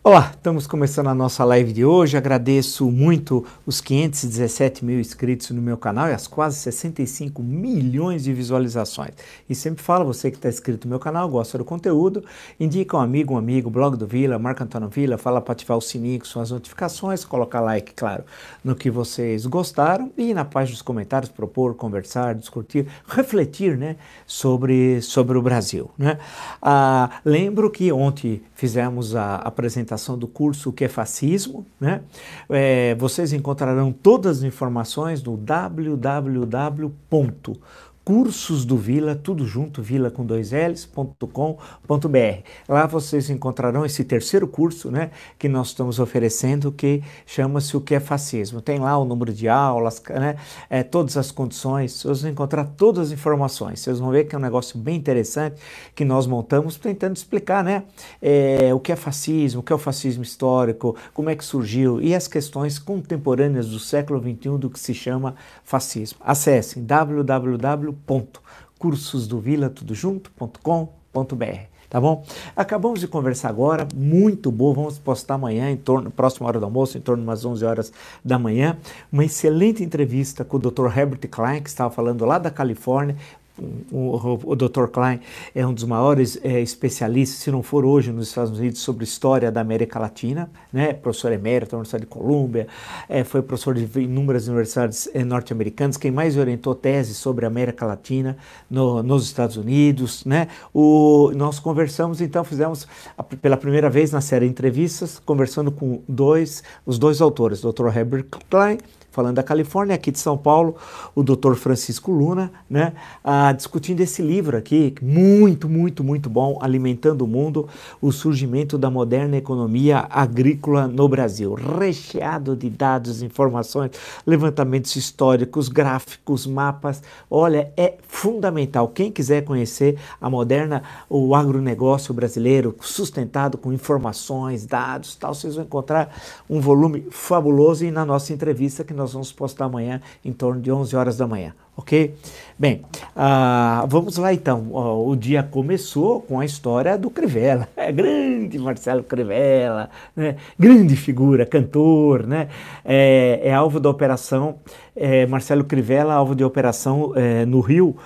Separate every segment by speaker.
Speaker 1: Olá, estamos começando a nossa live de hoje. Agradeço muito os 517 mil inscritos no meu canal e as quase 65 milhões de visualizações. E sempre falo, você que está inscrito no meu canal, gosta do conteúdo, indica um amigo, blog do Vila, Marco Antônio Vila, fala para ativar o sininho com suas notificações, colocar like, claro, no que vocês gostaram e na página dos comentários propor, conversar, discutir, refletir, né, sobre o Brasil, né? Lembro que ontem fizemos a apresentação do curso O que é Fascismo, né? Vocês encontrarão todas as informações no www.cursosdovila, tudo junto, vila com 2Ls.com.br. Lá vocês encontrarão esse terceiro curso, né, que nós estamos oferecendo, que chama-se O que é Fascismo. Tem lá o número de aulas, né, todas as condições, vocês vão encontrar todas as informações. Vocês vão ver que é um negócio bem interessante que nós montamos tentando explicar, né, o que é fascismo, o que é o fascismo histórico, como é que surgiu e as questões contemporâneas do século XXI do que se chama fascismo. Acessem www.cursosdovila.com.br, tá bom? Acabamos de conversar agora, muito boa, vamos postar amanhã, próxima hora do almoço, em torno de umas 11 horas da manhã, uma excelente entrevista com o Dr. Herbert Klein, que estava falando lá da Califórnia. O Dr. Klein é um dos maiores especialistas, se não for hoje, nos Estados Unidos, sobre história da América Latina, né? Professor emérito da Universidade de Colômbia, foi professor de inúmeras universidades norte-americanas, quem mais orientou teses sobre a América Latina nos Estados Unidos, né? Nós conversamos, então fizemos pela primeira vez na série de entrevistas, conversando com os dois autores, Dr. Herbert Klein, falando da Califórnia, aqui de São Paulo, o Dr. Francisco Luna, né, discutindo esse livro aqui, muito, muito, muito bom, Alimentando o Mundo, o surgimento da moderna economia agrícola no Brasil, recheado de dados, informações, levantamentos históricos, gráficos, mapas. Olha, é fundamental. Quem quiser conhecer o agronegócio brasileiro, sustentado com informações, dados, tal, vocês vão encontrar um volume fabuloso e na nossa entrevista que nós vamos postar amanhã em torno de 11 horas da manhã, ok? Bem, vamos lá então. O dia começou com a história do Crivella, grande Marcelo Crivella, né? Grande figura, cantor, né? Alvo da operação, Marcelo Crivella, alvo de operação no Rio,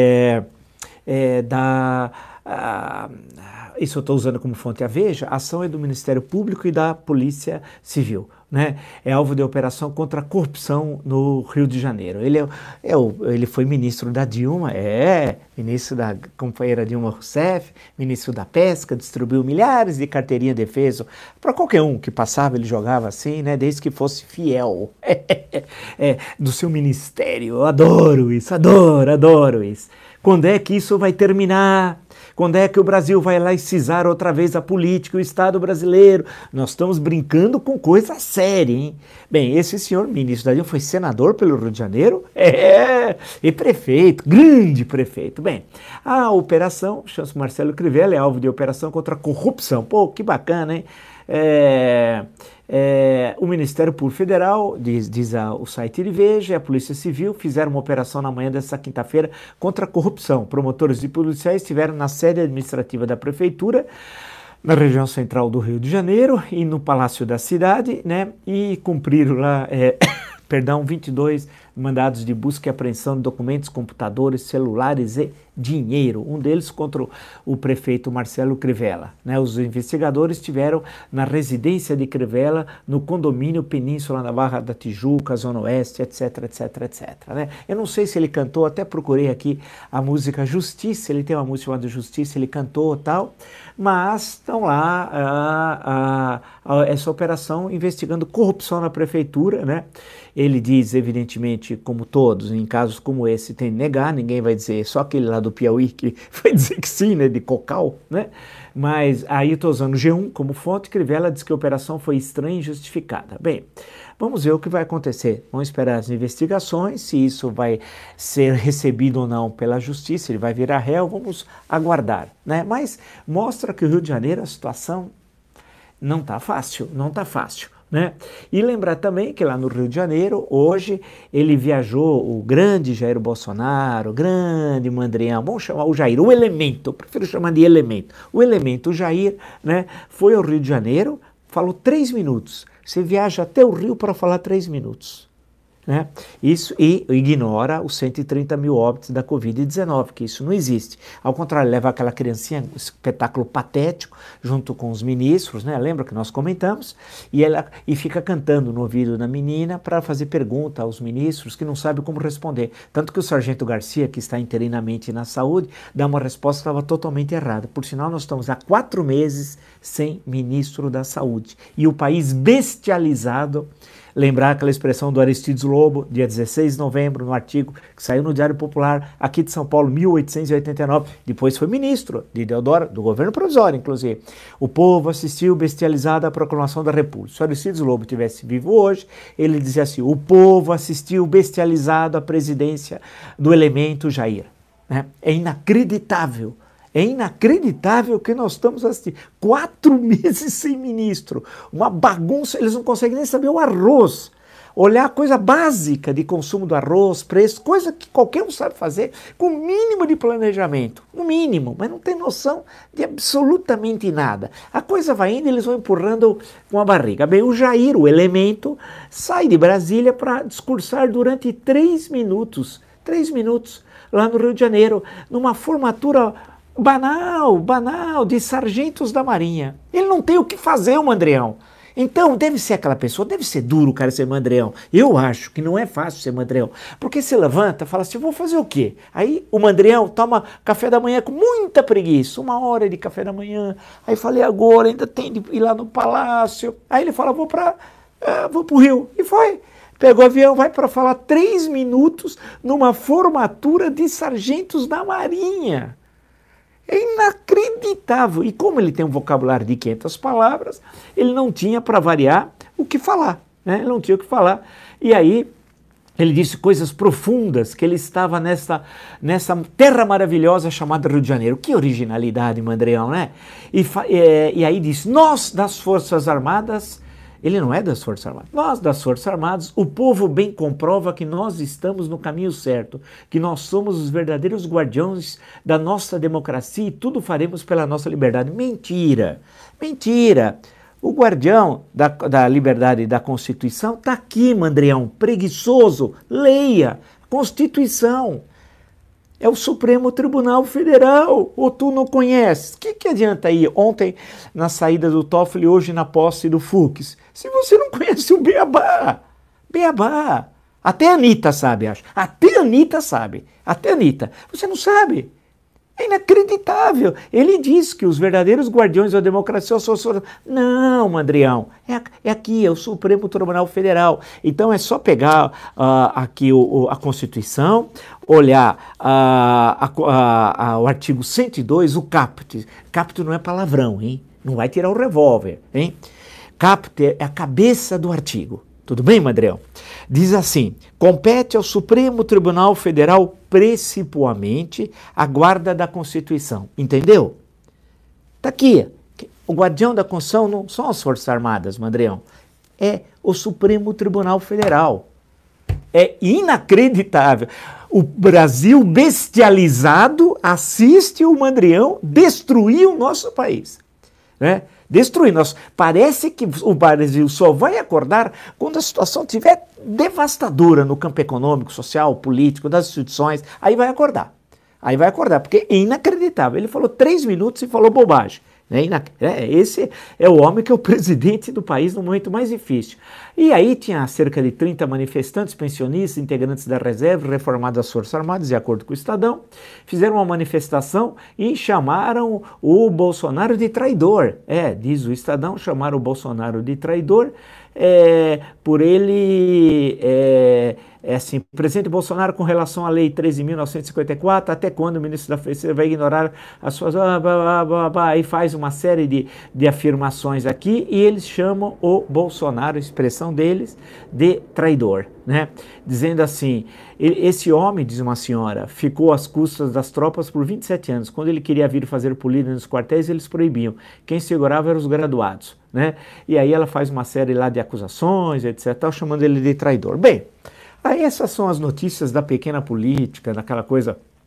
Speaker 1: isso eu estou usando como fonte a Veja, a ação é do Ministério Público e da Polícia Civil, né? É alvo de operação contra a corrupção no Rio de Janeiro. Ele foi ministro da Dilma, ministro da companheira Dilma Rousseff, ministro da Pesca, distribuiu milhares de carteirinha de defesa para qualquer um que passava, ele jogava assim, né? Desde que fosse fiel do seu ministério. Eu adoro isso, adoro isso. Quando é que isso vai terminar? Quando é que o Brasil vai laicizar outra vez a política, o Estado brasileiro? Nós estamos brincando com coisa séria, hein? Bem, esse senhor ministro da Dilma foi senador pelo Rio de Janeiro? E prefeito, grande prefeito. Bem, a operação, chama-se Marcelo Crivella, é alvo de operação contra a corrupção. Pô, que bacana, hein? O Ministério Público Federal, diz o site de Veja, e a Polícia Civil fizeram uma operação na manhã dessa quinta-feira contra a corrupção. Promotores e policiais estiveram na sede administrativa da Prefeitura, na região central do Rio de Janeiro e no Palácio da Cidade, né? E cumpriram lá, 22 mandados de busca e apreensão de documentos, computadores, celulares e dinheiro, um deles contra o prefeito Marcelo Crivella, né? Os investigadores estiveram na residência de Crivella, no condomínio Península na Barra da Tijuca, Zona Oeste, etc, né? Eu não sei se ele cantou, até procurei aqui a música Justiça, ele tem uma música chamada Justiça, ele cantou tal, mas estão lá essa operação investigando corrupção na prefeitura, né? Ele diz, evidentemente, como todos, em casos como esse, tem que negar, ninguém vai dizer, só aquele lá do Piauí que vai dizer que sim, né, de Cocal, né? Mas aí estou usando o G1 como fonte, Crivella diz que a operação foi estranha e injustificada. Bem, vamos ver o que vai acontecer. Vamos esperar as investigações, se isso vai ser recebido ou não pela justiça, ele vai virar réu, vamos aguardar, né? Mas mostra que o Rio de Janeiro, a situação não está fácil, né? E lembrar também que lá no Rio de Janeiro, hoje, ele viajou, o grande Jair Bolsonaro, o grande Mandrião, vamos chamar o Jair, o elemento, eu prefiro chamar de elemento, o elemento, o Jair, né, foi ao Rio de Janeiro, falou 3 minutos. Você viaja até o Rio para falar 3 minutos. Né? Isso, e ignora os 130 mil óbitos da Covid-19, que isso não existe. Ao contrário, leva aquela criancinha, um espetáculo patético, junto com os ministros, né? Lembra que nós comentamos? E fica cantando no ouvido da menina para fazer pergunta aos ministros que não sabem como responder. Tanto que o Sargento Garcia, que está interinamente na saúde, dá uma resposta que estava totalmente errada. Por sinal, nós estamos há 4 meses sem ministro da saúde. E o país bestializado. Lembrar aquela expressão do Aristides Lobo, dia 16 de novembro, no artigo que saiu no Diário Popular, aqui de São Paulo, 1889, depois foi ministro de Deodoro, do governo provisório, inclusive. O povo assistiu bestializado à proclamação da República. Se o Aristides Lobo estivesse vivo hoje, ele dizia assim, o povo assistiu bestializado à presidência do elemento Jair. Né? É inacreditável. É inacreditável que nós estamos assistindo. 4 meses sem ministro. Uma bagunça, eles não conseguem nem saber o arroz. Olhar a coisa básica de consumo do arroz, preço, coisa que qualquer um sabe fazer com o mínimo de planejamento. O mínimo, mas não tem noção de absolutamente nada. A coisa vai indo e eles vão empurrando com a barriga. Bem, o Jair, o elemento, sai de Brasília para discursar durante 3 minutos. 3 minutos lá no Rio de Janeiro, numa formatura banal, de sargentos da Marinha. Ele não tem o que fazer, o Mandrião. Então, deve ser aquela pessoa, deve ser duro o cara ser Mandrião. Eu acho que não é fácil ser Mandrião. Porque se levanta e fala assim, vou fazer o quê? Aí o Mandrião toma café da manhã com muita preguiça, 1 hora de café da manhã. Aí falei, agora ainda tem de ir lá no palácio. Aí ele fala, vou pro Rio. E foi. Pegou o avião, vai para falar 3 minutos numa formatura de sargentos da Marinha. É inacreditável. E como ele tem um vocabulário de 500 palavras, ele não tinha, para variar, o que falar. Né? Ele não tinha o que falar. E aí ele disse coisas profundas, que ele estava nessa terra maravilhosa chamada Rio de Janeiro. Que originalidade, Mandrião, né? E aí disse, nós das Forças Armadas... Ele não é das Forças Armadas. Nós, das Forças Armadas, o povo bem comprova que nós estamos no caminho certo, que nós somos os verdadeiros guardiões da nossa democracia e tudo faremos pela nossa liberdade. Mentira! Mentira! O guardião da liberdade e da Constituição está aqui, Mandrião, preguiçoso. Leia! Constituição! É o Supremo Tribunal Federal, ou tu não conheces? O que adianta ir ontem na saída do Toffoli e hoje na posse do Fux? Se você não conhece o Beabá, Beabá. Até a Anitta sabe, acho. Até a Anitta sabe. Até a Anitta. Você não sabe. É inacreditável. Ele diz que os verdadeiros guardiões da democracia são os... Não, Mandrião. É aqui, é o Supremo Tribunal Federal. Então é só pegar aqui a Constituição, olhar o artigo 102, o caput. Caput não é palavrão, hein? Não vai tirar o revólver, hein? Caput é a cabeça do artigo. Tudo bem, Mandrião? Diz assim, compete ao Supremo Tribunal Federal precipuamente a guarda da Constituição. Entendeu? Está aqui. O guardião da Constituição não são as Forças Armadas, Mandrião. É o Supremo Tribunal Federal. É inacreditável. O Brasil bestializado assiste o Mandrião destruir o nosso país. Né? Destruir. Parece que o Brasil só vai acordar quando a situação estiver devastadora no campo econômico, social, político, das instituições. Aí vai acordar. Aí vai acordar, porque é inacreditável. Ele falou 3 minutos e falou bobagem. Esse é o homem que é o presidente do país no momento mais difícil. E aí tinha cerca de 30 manifestantes, pensionistas, integrantes da reserva, reformados das Forças Armadas, de acordo com o Estadão, fizeram uma manifestação e chamaram o Bolsonaro de traidor. Diz o Estadão, chamaram o Bolsonaro de traidor, por ele... assim, presidente Bolsonaro com relação à lei 13.954, até quando o ministro da Defesa vai ignorar as suas... e faz uma série de afirmações aqui e eles chamam o Bolsonaro, a expressão deles, de traidor, né? Dizendo assim, esse homem, diz uma senhora, ficou às custas das tropas por 27 anos. Quando ele queria vir fazer política nos quartéis, eles proibiam. Quem segurava eram os graduados, né? E aí ela faz uma série lá de acusações, etc., chamando ele de traidor. Bem... Aí essas são as notícias da pequena política, daquela coisa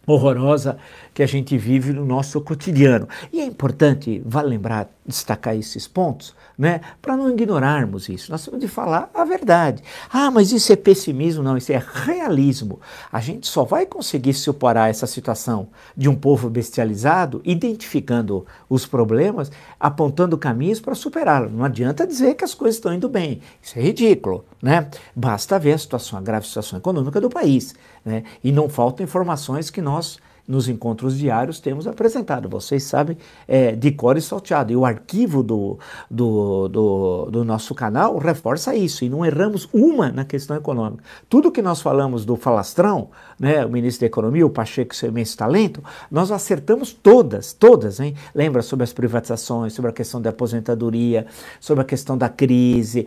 Speaker 1: horrorosa que a gente vive no nosso cotidiano. E é importante, vale lembrar, destacar esses pontos, né, para não ignorarmos isso. Nós temos de falar a verdade. Ah, mas isso é pessimismo? Não, isso é realismo. A gente só vai conseguir superar essa situação de um povo bestializado, identificando os problemas, apontando caminhos para superá-los. Não adianta dizer que as coisas estão indo bem. Isso é ridículo, né? Basta ver a situação, a grave situação econômica do país, né? E não faltam informações que nós, nos encontros diários, temos apresentado. Vocês sabem de cor e salteado. E o arquivo do nosso canal reforça isso. E não erramos uma na questão econômica. Tudo que nós falamos do falastrão, né, o ministro da Economia, o Pacheco, seu imenso talento, nós acertamos todas, hein? Lembra sobre as privatizações, sobre a questão da aposentadoria, sobre a questão da crise,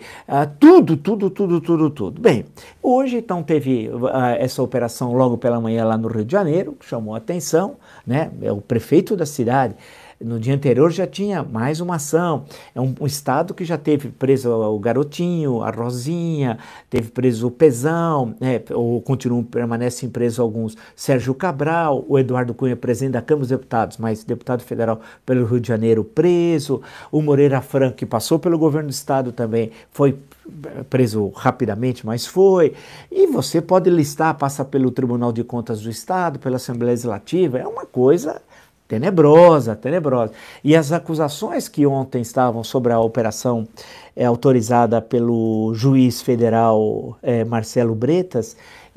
Speaker 1: tudo. Bem, hoje então teve essa operação logo pela manhã lá no Rio de Janeiro, que chamou a atenção, né? É o prefeito da cidade. No dia anterior já tinha mais uma ação. É um estado que já teve preso o Garotinho, a Rosinha, teve preso o Pezão, né? Ou permanecem presos alguns. Sérgio Cabral, o Eduardo Cunha, presidente da Câmara dos Deputados, mas deputado federal pelo Rio de Janeiro, preso. O Moreira Franco, que passou pelo governo do estado também, foi preso rapidamente, mas foi. E você pode listar, passa pelo Tribunal de Contas do Estado, pela Assembleia Legislativa, é uma coisa tenebrosa. E as acusações que ontem estavam sobre a operação autorizada pelo juiz federal Marcelo Bretas,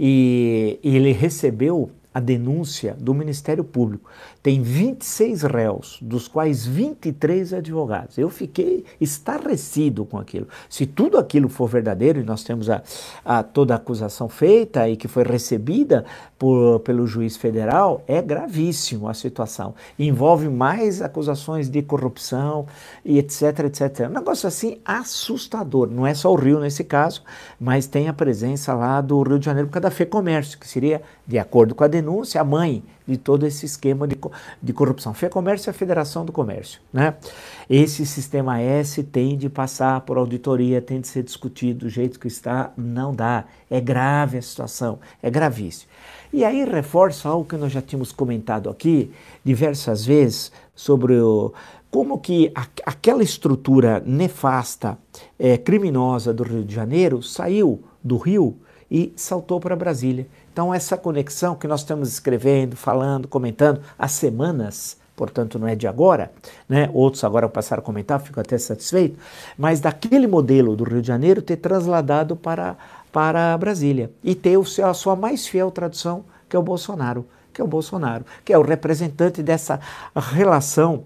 Speaker 1: e ele recebeu a denúncia do Ministério Público. Tem 26 réus, dos quais 23 advogados. Eu fiquei estarrecido com aquilo. Se tudo aquilo for verdadeiro, e nós temos toda a acusação feita e que foi recebida pelo juiz federal, é gravíssimo a situação. Envolve mais acusações de corrupção e etc. Um negócio assim assustador. Não é só o Rio nesse caso, mas tem a presença lá do Rio de Janeiro por causa da FEComércio, que seria, de acordo com a denúncia, a mãe de todo esse esquema de corrupção. FEComércio é a Federação do Comércio, né? Esse sistema S tem de passar por auditoria, tem de ser discutido do jeito que está, não dá. É grave a situação, é gravíssimo. E aí reforça algo que nós já tínhamos comentado aqui diversas vezes sobre como que aquela estrutura nefasta, criminosa do Rio de Janeiro saiu do Rio e saltou para Brasília. Então essa conexão que nós estamos escrevendo, falando, comentando há semanas, portanto não é de agora, né? Outros agora passaram a comentar, fico até satisfeito, mas daquele modelo do Rio de Janeiro ter transladado para Brasília e ter a sua mais fiel tradução, que é o Bolsonaro, que é o representante dessa relação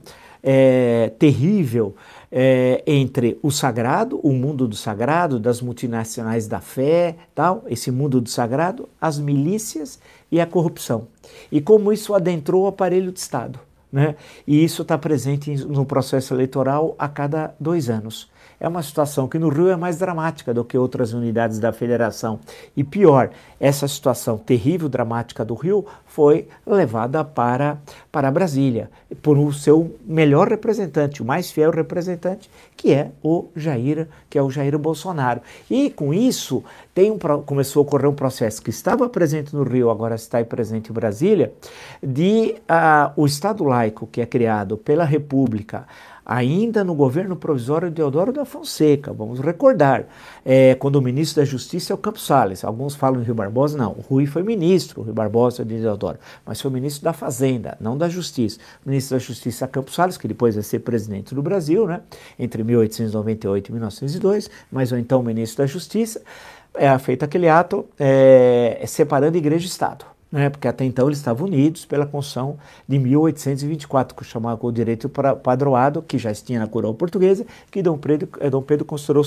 Speaker 1: terrível entre o sagrado, o mundo do sagrado, das multinacionais da fé, tal, esse mundo do sagrado, as milícias e a corrupção. E como isso adentrou o aparelho de Estado, né? E isso está presente no processo eleitoral a cada 2 anos. É uma situação que no Rio é mais dramática do que outras unidades da federação. E pior, essa situação terrível, dramática do Rio foi levada para Brasília, por o seu melhor representante, o mais fiel representante, que é o Jair Bolsonaro. E com isso começou a ocorrer um processo que estava presente no Rio, agora está presente em Brasília, de o Estado laico que é criado pela República, ainda no governo provisório de Deodoro da Fonseca, vamos recordar, quando o ministro da Justiça é o Campos Salles. Alguns falam em Rui Barbosa, não, o Rui foi ministro, o Rui Barbosa de Deodoro, mas foi ministro da Fazenda, não da Justiça. O ministro da Justiça é Campos Salles, que depois vai ser presidente do Brasil, né, entre 1898 e 1902, mas ou então ministro da Justiça, feito aquele ato separando igreja e Estado. Né, porque até então eles estavam unidos pela Constituição de 1824, que chamava o direito padroado, que já tinha na coroa portuguesa, que Dom Pedro considerou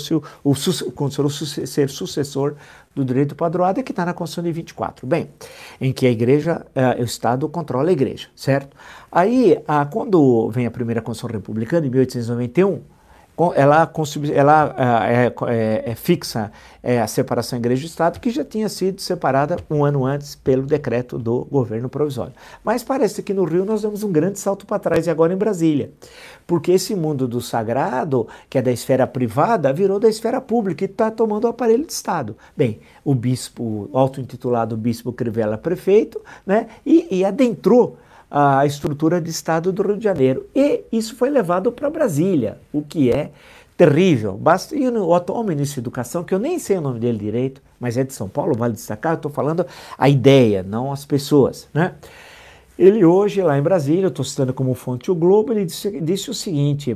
Speaker 1: ser sucessor do direito padroado e que está na Constituição de 24. Bem, em que a igreja, o Estado controla a igreja, certo? Aí, quando vem a primeira Constituição Republicana, em 1891, fixa a separação igreja e Estado, que já tinha sido separada um ano antes pelo decreto do governo provisório. Mas parece que no Rio nós damos um grande salto para trás, e agora em Brasília. Porque esse mundo do sagrado, que é da esfera privada, virou da esfera pública e está tomando o aparelho de Estado. Bem, o bispo, auto-intitulado bispo Crivella prefeito, né, e adentrou a estrutura de Estado do Rio de Janeiro. E isso foi levado para Brasília, o que é terrível. E o atual ministro da Educação, que eu nem sei o nome dele direito, mas é de São Paulo, vale destacar, eu estou falando a ideia, não as pessoas, né? Ele hoje, lá em Brasília, eu estou citando como fonte o Globo, ele disse o seguinte: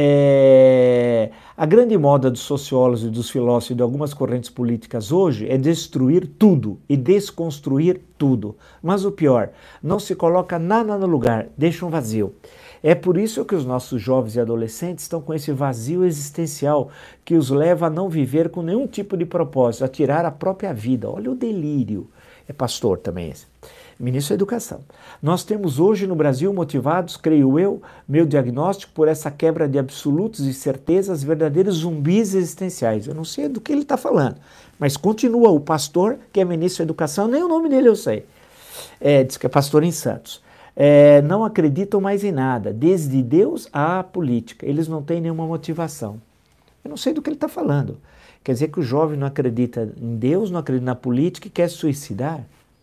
Speaker 1: a grande moda dos sociólogos e dos filósofos e de algumas correntes políticas hoje é destruir tudo e desconstruir tudo. Mas o pior, não se coloca nada no lugar, deixa um vazio. É por isso que os nossos jovens e adolescentes estão com esse vazio existencial que os leva a não viver com nenhum tipo de propósito, a tirar a própria vida. Olha o delírio. É pastor também esse. Ministro da Educação. Nós temos hoje no Brasil motivados, creio eu, meu diagnóstico, por essa quebra de absolutos e certezas, verdadeiros zumbis existenciais. Eu não sei do que ele está falando, mas continua o pastor, que é ministro da Educação, nem o nome dele eu sei. Diz que é pastor em Santos. Não acreditam mais em nada, desde Deus à política. Eles não têm nenhuma motivação. Eu não sei do que ele está falando. Quer dizer que o jovem não acredita em Deus, não acredita na política e quer se suicidar?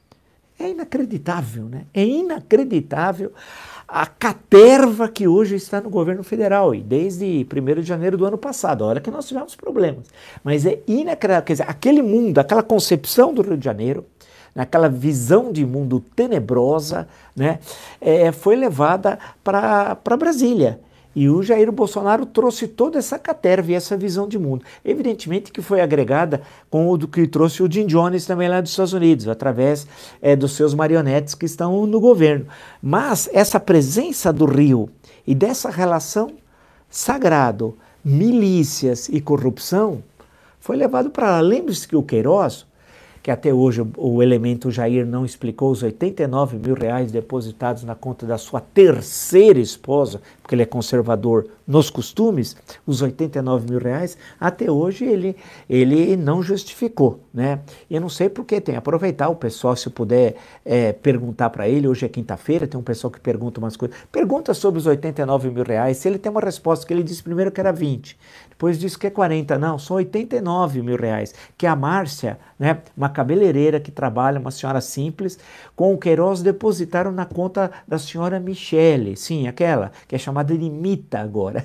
Speaker 1: É inacreditável, né? É inacreditável a caterva que hoje está no governo federal, e desde 1º de janeiro do ano passado, olha que nós tivemos problemas. Mas é inacreditável, quer dizer, aquele mundo, aquela concepção do Rio de Janeiro, naquela visão de mundo tenebrosa, né, foi levada para Brasília. E o Jair Bolsonaro trouxe toda essa caterva e essa visão de mundo. Evidentemente que foi agregada com o do que trouxe o Jim Jones também lá dos Estados Unidos, através dos seus marionetes que estão no governo. Mas essa presença do Rio e dessa relação sagrado, milícias e corrupção, foi levado para lá. Lembre-se que o Queiroz, que até hoje o elemento Jair não explicou os R$89 mil depositados na conta da sua terceira esposa, porque ele é conservador nos costumes, os R$89 mil, até hoje ele não justificou, né? E eu não sei por que, tem que aproveitar o pessoal, se puder perguntar para ele, hoje é quinta-feira, tem um pessoal que pergunta umas coisas, pergunta sobre os R$89 mil, se ele tem uma resposta, que ele disse primeiro que era 20, depois disse que é 40, não, são R$89 mil, que a Márcia, né, uma cabeleireira que trabalha, uma senhora simples, com o Queiroz depositaram na conta da senhora Michele, sim, aquela que é chamada de Mita agora,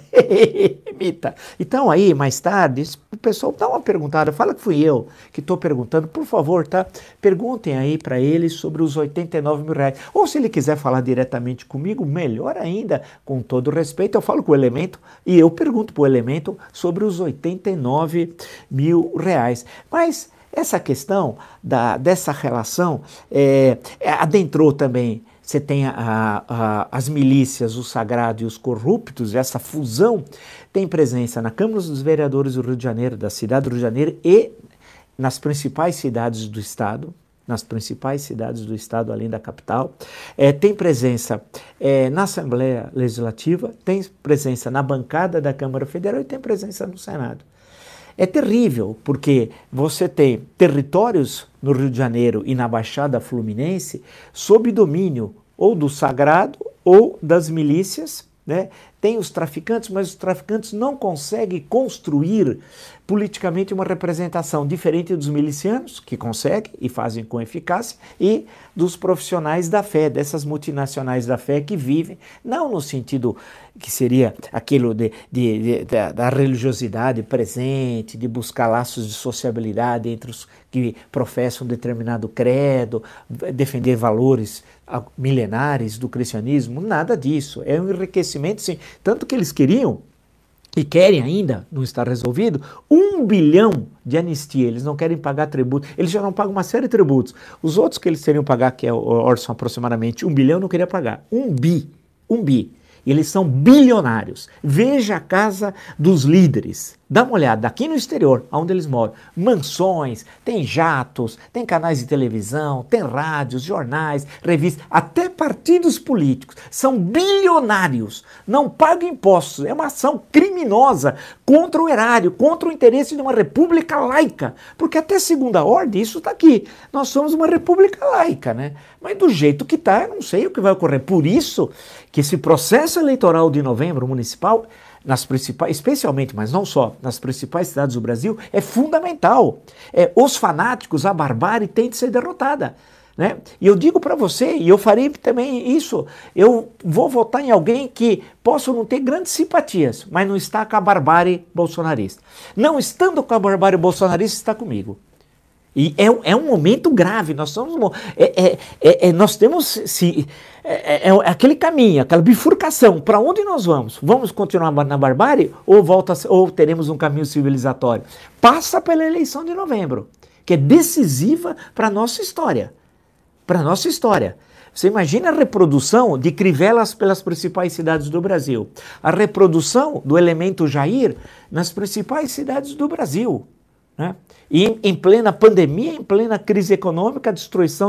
Speaker 1: Mita. Então aí, mais tarde, o pessoal dá uma perguntada, fala que fui eu que estou perguntando, por favor, tá? Perguntem aí para ele sobre os R$89 mil, ou se ele quiser falar diretamente comigo, melhor ainda, com todo respeito, eu falo com o Elemento e eu pergunto para o Elemento sobre os R$89 mil. Mas essa questão dessa relação adentrou também. Você tem as milícias, o sagrado e os corruptos, essa fusão tem presença na Câmara dos Vereadores do Rio de Janeiro, da cidade do Rio de Janeiro e nas principais cidades do estado, além da capital, tem presença na Assembleia Legislativa, tem presença na bancada da Câmara Federal e tem presença no Senado. É terrível, porque você tem territórios no Rio de Janeiro e na Baixada Fluminense sob domínio ou do sagrado ou das milícias, né? Tem os traficantes, mas os traficantes não conseguem construir politicamente uma representação diferente dos milicianos, que conseguem e fazem com eficácia, e dos profissionais da fé, dessas multinacionais da fé que vivem, não no sentido que seria aquilo da religiosidade presente, de buscar laços de sociabilidade entre os que professam um determinado credo, defender valores milenares do cristianismo, nada disso. É um enriquecimento, sim. Tanto que eles queriam, e querem ainda, não está resolvido, 1 bilhão de anistia. Eles não querem pagar tributo. Eles já não pagam uma série de tributos. Os outros que eles teriam que pagar, que é o Orson aproximadamente 1 bilhão, não queria pagar. 1 bi. Eles são bilionários. Veja a casa dos líderes. Dá uma olhada, aqui no exterior, onde eles moram. Mansões, tem jatos, tem canais de televisão, tem rádios, jornais, revistas, até partidos políticos. São bilionários, não pagam impostos. É uma ação criminosa contra o erário, contra o interesse de uma república laica. Porque até segunda ordem, isso está aqui. Nós somos uma república laica, né? Mas do jeito que está, eu não sei o que vai ocorrer. Por isso que esse processo eleitoral de novembro municipal, nas principais, especialmente, mas não só, nas principais cidades do Brasil, é fundamental. Os fanáticos, a barbárie tem de ser derrotada. Né? E eu digo para você, e eu farei também isso, eu vou votar em alguém que possa não ter grandes simpatias, mas não está com a barbárie bolsonarista. Não estando com a barbárie bolsonarista, está comigo. E é um momento grave, nós temos aquele caminho, aquela bifurcação, para onde nós vamos? Vamos continuar na barbárie ou teremos um caminho civilizatório? Passa pela eleição de novembro, que é decisiva para a nossa história. Para a nossa história. Você imagina a reprodução de Crivelas pelas principais cidades do Brasil, a reprodução do elemento Jair nas principais cidades do Brasil. Né? E em plena pandemia, em plena crise econômica, a destruição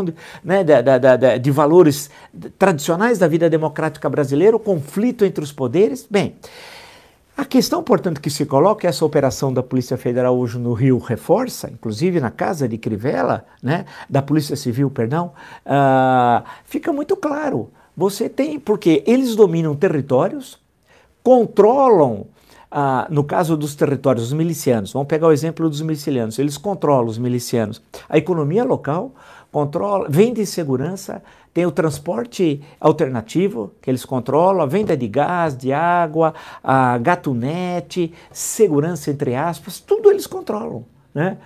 Speaker 1: de valores tradicionais da vida democrática brasileira, o conflito entre os poderes. Bem, a questão, portanto, que se coloca, essa operação da Polícia Federal hoje no Rio reforça, inclusive na casa de Crivella, né, da Polícia Civil, perdão, fica muito claro. Você tem, porque eles dominam territórios, controlam, no caso dos territórios, os milicianos, vamos pegar o exemplo dos milicianos, eles controlam os milicianos, a economia local, vendem segurança, tem o transporte alternativo que eles controlam, a venda de gás, de água, a gatunete, segurança entre aspas, tudo eles controlam, né?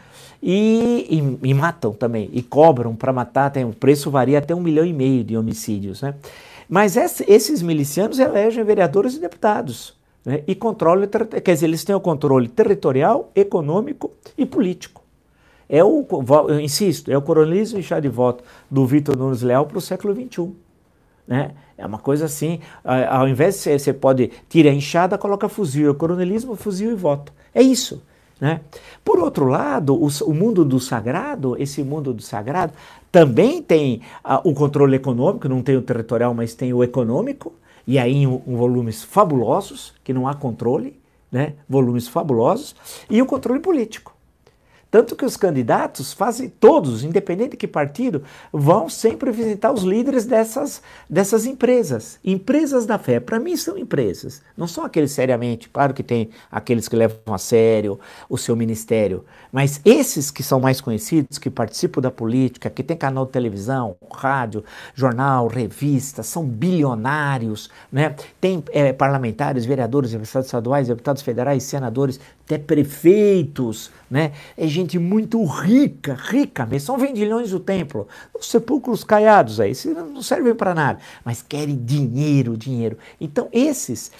Speaker 1: E matam também, e cobram para matar, o preço varia até 1,5 milhão de homicídios, né? Mas esses milicianos elegem vereadores e deputados, né? E controlam, quer dizer, eles têm o controle territorial, econômico e político. Eu insisto, é o coronelismo e chá de voto do Vitor Nunes Leal para o século XXI. Né? É uma coisa assim, ao invés de você pode tirar a enxada, coloca fuzil, é o coronelismo, fuzil e voto. É isso. Né? Por outro lado, o mundo do sagrado, esse mundo do sagrado, também tem o controle econômico, não tem o territorial, mas tem o econômico, e aí em volumes fabulosos, que não há controle, né? Volumes fabulosos, e o controle político. Tanto que os candidatos fazem, todos, independente de que partido, vão sempre visitar os líderes dessas empresas. Empresas da fé, para mim são empresas, não são aqueles seriamente, claro que tem aqueles que levam a sério o seu ministério, mas esses que são mais conhecidos, que participam da política, que tem canal de televisão, rádio, jornal, revista, são bilionários, né? Tem parlamentares, vereadores, deputados estaduais, deputados federais, senadores, até prefeitos, né? É gente muito rica, rica mesmo, são vendilhões do templo, os sepulcros caiados aí, esses não servem para nada, mas querem dinheiro, dinheiro. Então esses,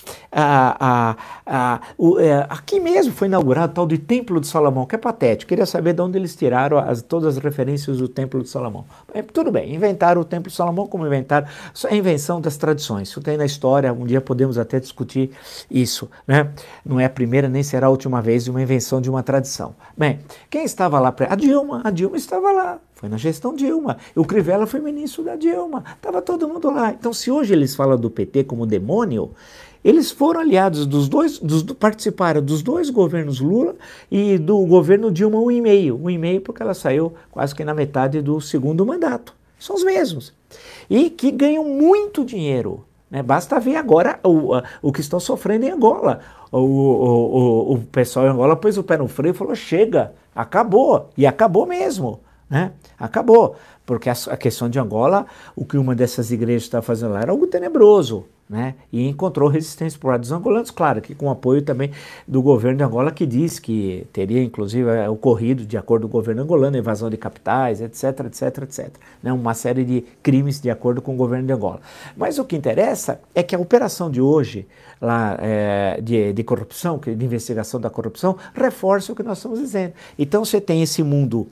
Speaker 1: aqui mesmo foi inaugurado o tal de Templo de Salomão, que é patético, queria saber de onde eles tiraram todas as referências do Templo de Salomão. Tudo bem, inventaram o Templo de Salomão como inventaram, isso é a invenção das tradições, isso tem na história, um dia podemos até discutir isso, né? Não é a primeira nem será a última vez de uma invenção de uma tradição. Bem, quem estava lá? A Dilma estava lá, foi na gestão Dilma, o Crivella foi ministro da Dilma, estava todo mundo lá. Então se hoje eles falam do PT como demônio, eles foram aliados participaram dos dois governos Lula e do governo Dilma 1,5 porque ela saiu quase que na metade do segundo mandato, são os mesmos, e que ganham muito dinheiro. Né? Basta ver agora o que estão sofrendo em Angola. O pessoal em Angola pôs o pé no freio e falou, chega, acabou, e acabou mesmo, né? Acabou, porque a questão de Angola, o que uma dessas igrejas estava fazendo lá era algo tenebroso, né? E encontrou resistência por parte dos angolanos, claro, que com apoio também do governo de Angola, que diz que teria inclusive ocorrido, de acordo com o governo angolano, invasão de capitais, etc, etc, etc. Né? Uma série de crimes de acordo com o governo de Angola. Mas o que interessa é que a operação de hoje, lá, de corrupção, de investigação da corrupção, reforça o que nós estamos dizendo. Então você tem esse mundo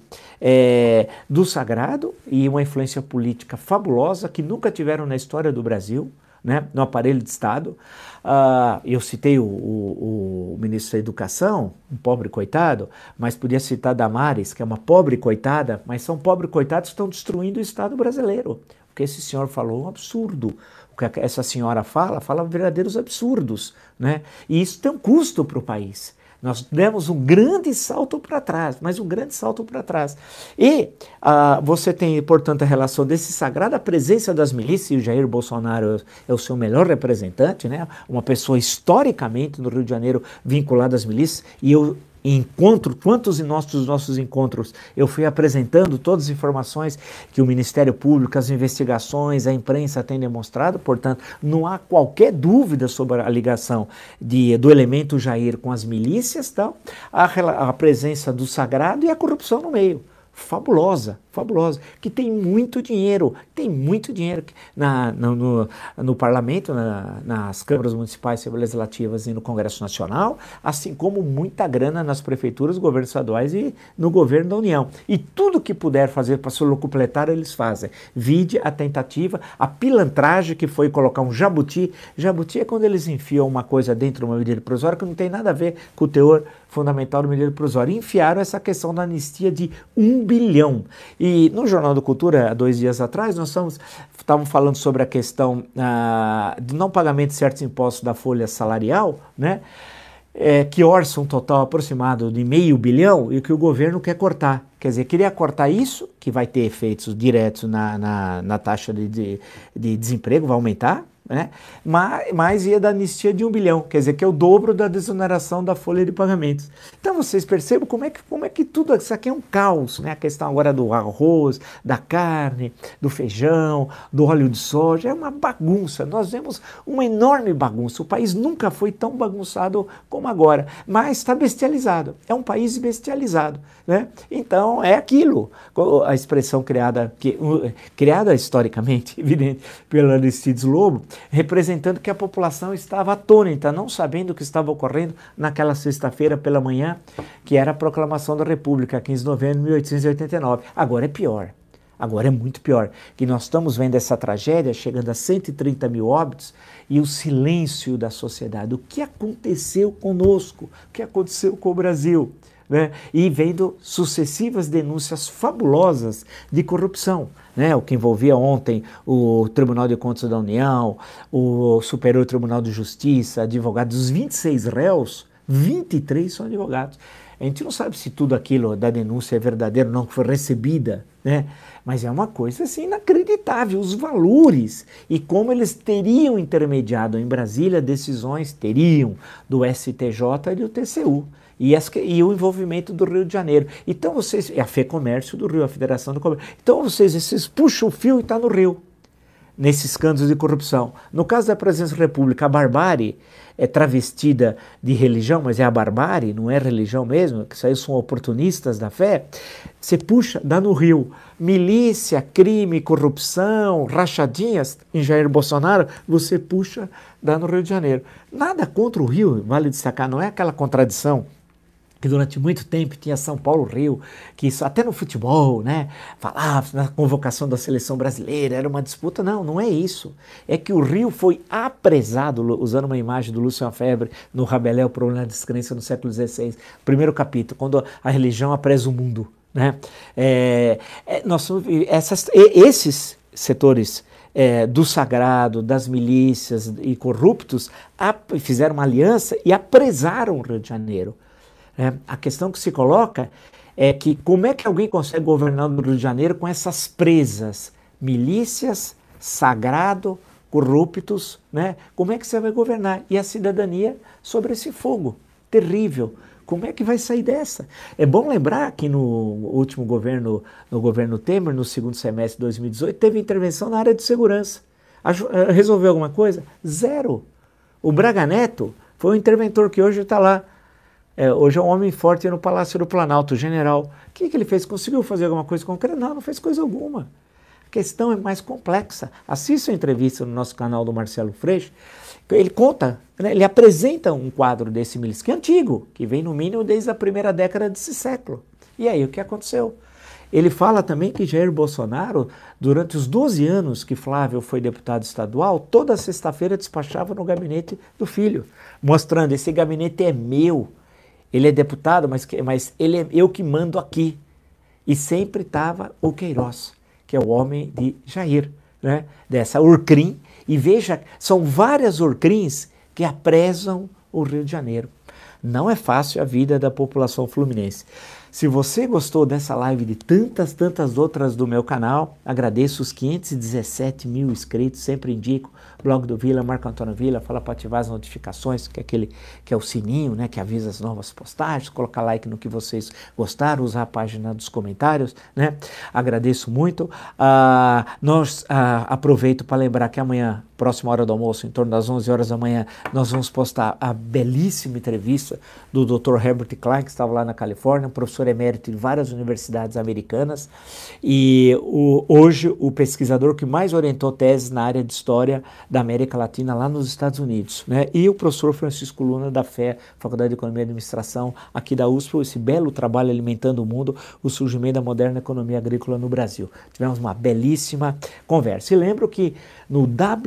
Speaker 1: do sagrado e uma influência política fabulosa que nunca tiveram na história do Brasil, né, no aparelho de Estado. Eu citei o ministro da Educação, um pobre coitado, mas podia citar Damares, que é uma pobre coitada, mas são pobres coitados que estão destruindo o Estado brasileiro. O que esse senhor falou é um absurdo. O que essa senhora fala verdadeiros absurdos, né? E isso tem um custo para o país. Nós demos um grande salto para trás, mas um grande salto para trás. E você tem, portanto, a relação desse sagrada presença das milícias, e o Jair Bolsonaro é o seu melhor representante, né? Uma pessoa historicamente no Rio de Janeiro vinculada às milícias, e eu encontro, quantos dos nossos encontros eu fui apresentando todas as informações que o Ministério Público, as investigações, a imprensa têm demonstrado, portanto, não há qualquer dúvida sobre a ligação do elemento Jair com as milícias, tal, a presença do sagrado e a corrupção no meio. Fabulosa, fabulosa, que tem muito dinheiro no parlamento, nas câmaras municipais e legislativas e no Congresso Nacional, assim como muita grana nas prefeituras, governos estaduais e no governo da União. E tudo que puder fazer para se locupletar, eles fazem. Vide a tentativa, a pilantragem que foi colocar um jabuti. Jabuti é quando eles enfiam uma coisa dentro de uma medida provisória que não tem nada a ver com o teor fundamental da medida provisória. E enfiaram essa questão da anistia de 1 bilhão. E no Jornal da Cultura, há 2 dias atrás, nós estávamos falando sobre a questão do não pagamento de certos impostos da folha salarial, né? Que orça um total aproximado de $500 bilhão e que o governo quer cortar. Quer dizer, queria cortar isso, que vai ter efeitos diretos na taxa de desemprego, vai aumentar, né? Mas ia da anistia de 1 bilhão, quer dizer, que é o dobro da desoneração da folha de pagamentos. Então vocês percebem como é que tudo isso aqui é um caos, né? A questão agora do arroz, da carne, do feijão, do óleo de soja, é uma bagunça. Nós vemos uma enorme bagunça. O país nunca foi tão bagunçado como agora, mas está bestializado. É um país bestializado, né? Então é aquilo, a expressão criada historicamente, evidente, pelo Aristides Lobo, representando que a população estava atônita, não sabendo o que estava ocorrendo naquela sexta-feira pela manhã, que era a proclamação da República, 15 de novembro de 1889. Agora é pior, agora é muito pior, que nós estamos vendo essa tragédia chegando a 130 mil óbitos e o silêncio da sociedade. O que aconteceu conosco? O que aconteceu com o Brasil? Né? E vendo sucessivas denúncias fabulosas de corrupção, né? O que envolvia ontem o Tribunal de Contas da União, o Superior Tribunal de Justiça, advogados, dos 26 réus, 23 são advogados. A gente não sabe se tudo aquilo da denúncia é verdadeiro ou não, que foi recebida, né? Mas é uma coisa assim inacreditável, os valores e como eles teriam intermediado em Brasília decisões, do STJ e do TCU. E o envolvimento do Rio de Janeiro. Então vocês, a FEComércio do Rio, a Federação do Comércio, então vocês puxam o fio e está no Rio, nesses escândalos de corrupção. No caso da Presidência da República, a barbárie é travestida de religião, mas é a barbárie, não é religião mesmo, que isso aí são oportunistas da fé. Você puxa, dá no Rio, milícia, crime, corrupção, rachadinhas em Jair Bolsonaro, você puxa, dá no Rio de Janeiro. Nada contra o Rio, vale destacar, não é aquela contradição que durante muito tempo tinha São Paulo-Rio, que isso até no futebol, né, falava na convocação da seleção brasileira, era uma disputa. Não, não é isso. É que o Rio foi apresado, usando uma imagem do Lúcio Febre no Rabelais, o Problema da Descrença no século XVI, primeiro capítulo, quando a religião apresa o mundo, né? Esses setores do sagrado, das milícias e corruptos fizeram uma aliança e apresaram o Rio de Janeiro. A questão que se coloca é que como é que alguém consegue governar no Rio de Janeiro com essas presas, milícias, sagrado, corruptos, né? Como é que você vai governar? E a cidadania sobre esse fogo terrível. Como é que vai sair dessa? É bom lembrar que no último governo, no governo Temer, no segundo semestre de 2018, teve intervenção na área de segurança. Resolveu alguma coisa? Zero. O Braga Neto foi o interventor que hoje está lá. Hoje é um homem forte no Palácio do Planalto, general. O que ele fez? Conseguiu fazer alguma coisa concreta? Não, não fez coisa alguma. A questão é mais complexa. Assista a entrevista no nosso canal do Marcelo Freixo. Ele conta, né, ele apresenta um quadro desse milícia, que é antigo, que vem no mínimo desde a primeira década desse século. E aí o que aconteceu? Ele fala também que Jair Bolsonaro, durante os 12 anos que Flávio foi deputado estadual, toda sexta-feira despachava no gabinete do filho, mostrando, esse gabinete é meu. Ele é deputado, mas ele é eu que mando aqui. E sempre estava o Queiroz, que é o homem de Jair, né? Dessa Urcrim. E veja, são várias Urcrims que apresam o Rio de Janeiro. Não é fácil a vida da população fluminense. Se você gostou dessa live de tantas outras do meu canal, agradeço os 517 mil inscritos, sempre indico, blog do Vila, Marco Antônio Vila, fala para ativar as notificações, que é o sininho, né, que avisa as novas postagens, colocar like no que vocês gostaram, usar a página dos comentários, né, agradeço muito. Aproveito para lembrar que amanhã, próxima hora do almoço, em torno das 11 horas da manhã, nós vamos postar a belíssima entrevista do Dr. Herbert Klein, que estava lá na Califórnia, professor emérito de várias universidades americanas, e hoje o pesquisador que mais orientou teses na área de História da América Latina lá nos Estados Unidos, né? E o professor Francisco Luna da FE, Faculdade de Economia e Administração, aqui da USP, esse belo trabalho Alimentando o Mundo, o surgimento da moderna economia agrícola no Brasil. Tivemos uma belíssima conversa. E lembro que no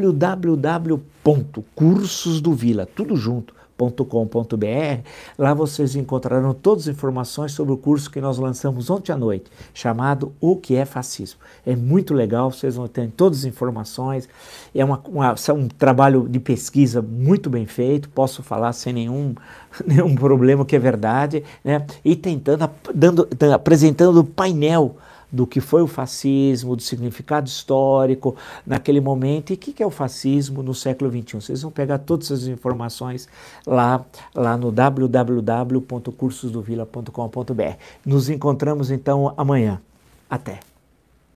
Speaker 1: www.cursosdovila, tudo junto, .com.br, lá vocês encontrarão todas as informações sobre o curso que nós lançamos ontem à noite, chamado O que é Fascismo. É muito legal, vocês vão ter todas as informações, é um trabalho de pesquisa muito bem feito, posso falar sem nenhum problema, que é verdade, né? E apresentando o painel do que foi o fascismo, do significado histórico naquele momento e o que é o fascismo no século XXI. Vocês vão pegar todas essas informações lá no www.cursosdovila.com.br. Nos encontramos então amanhã. Até!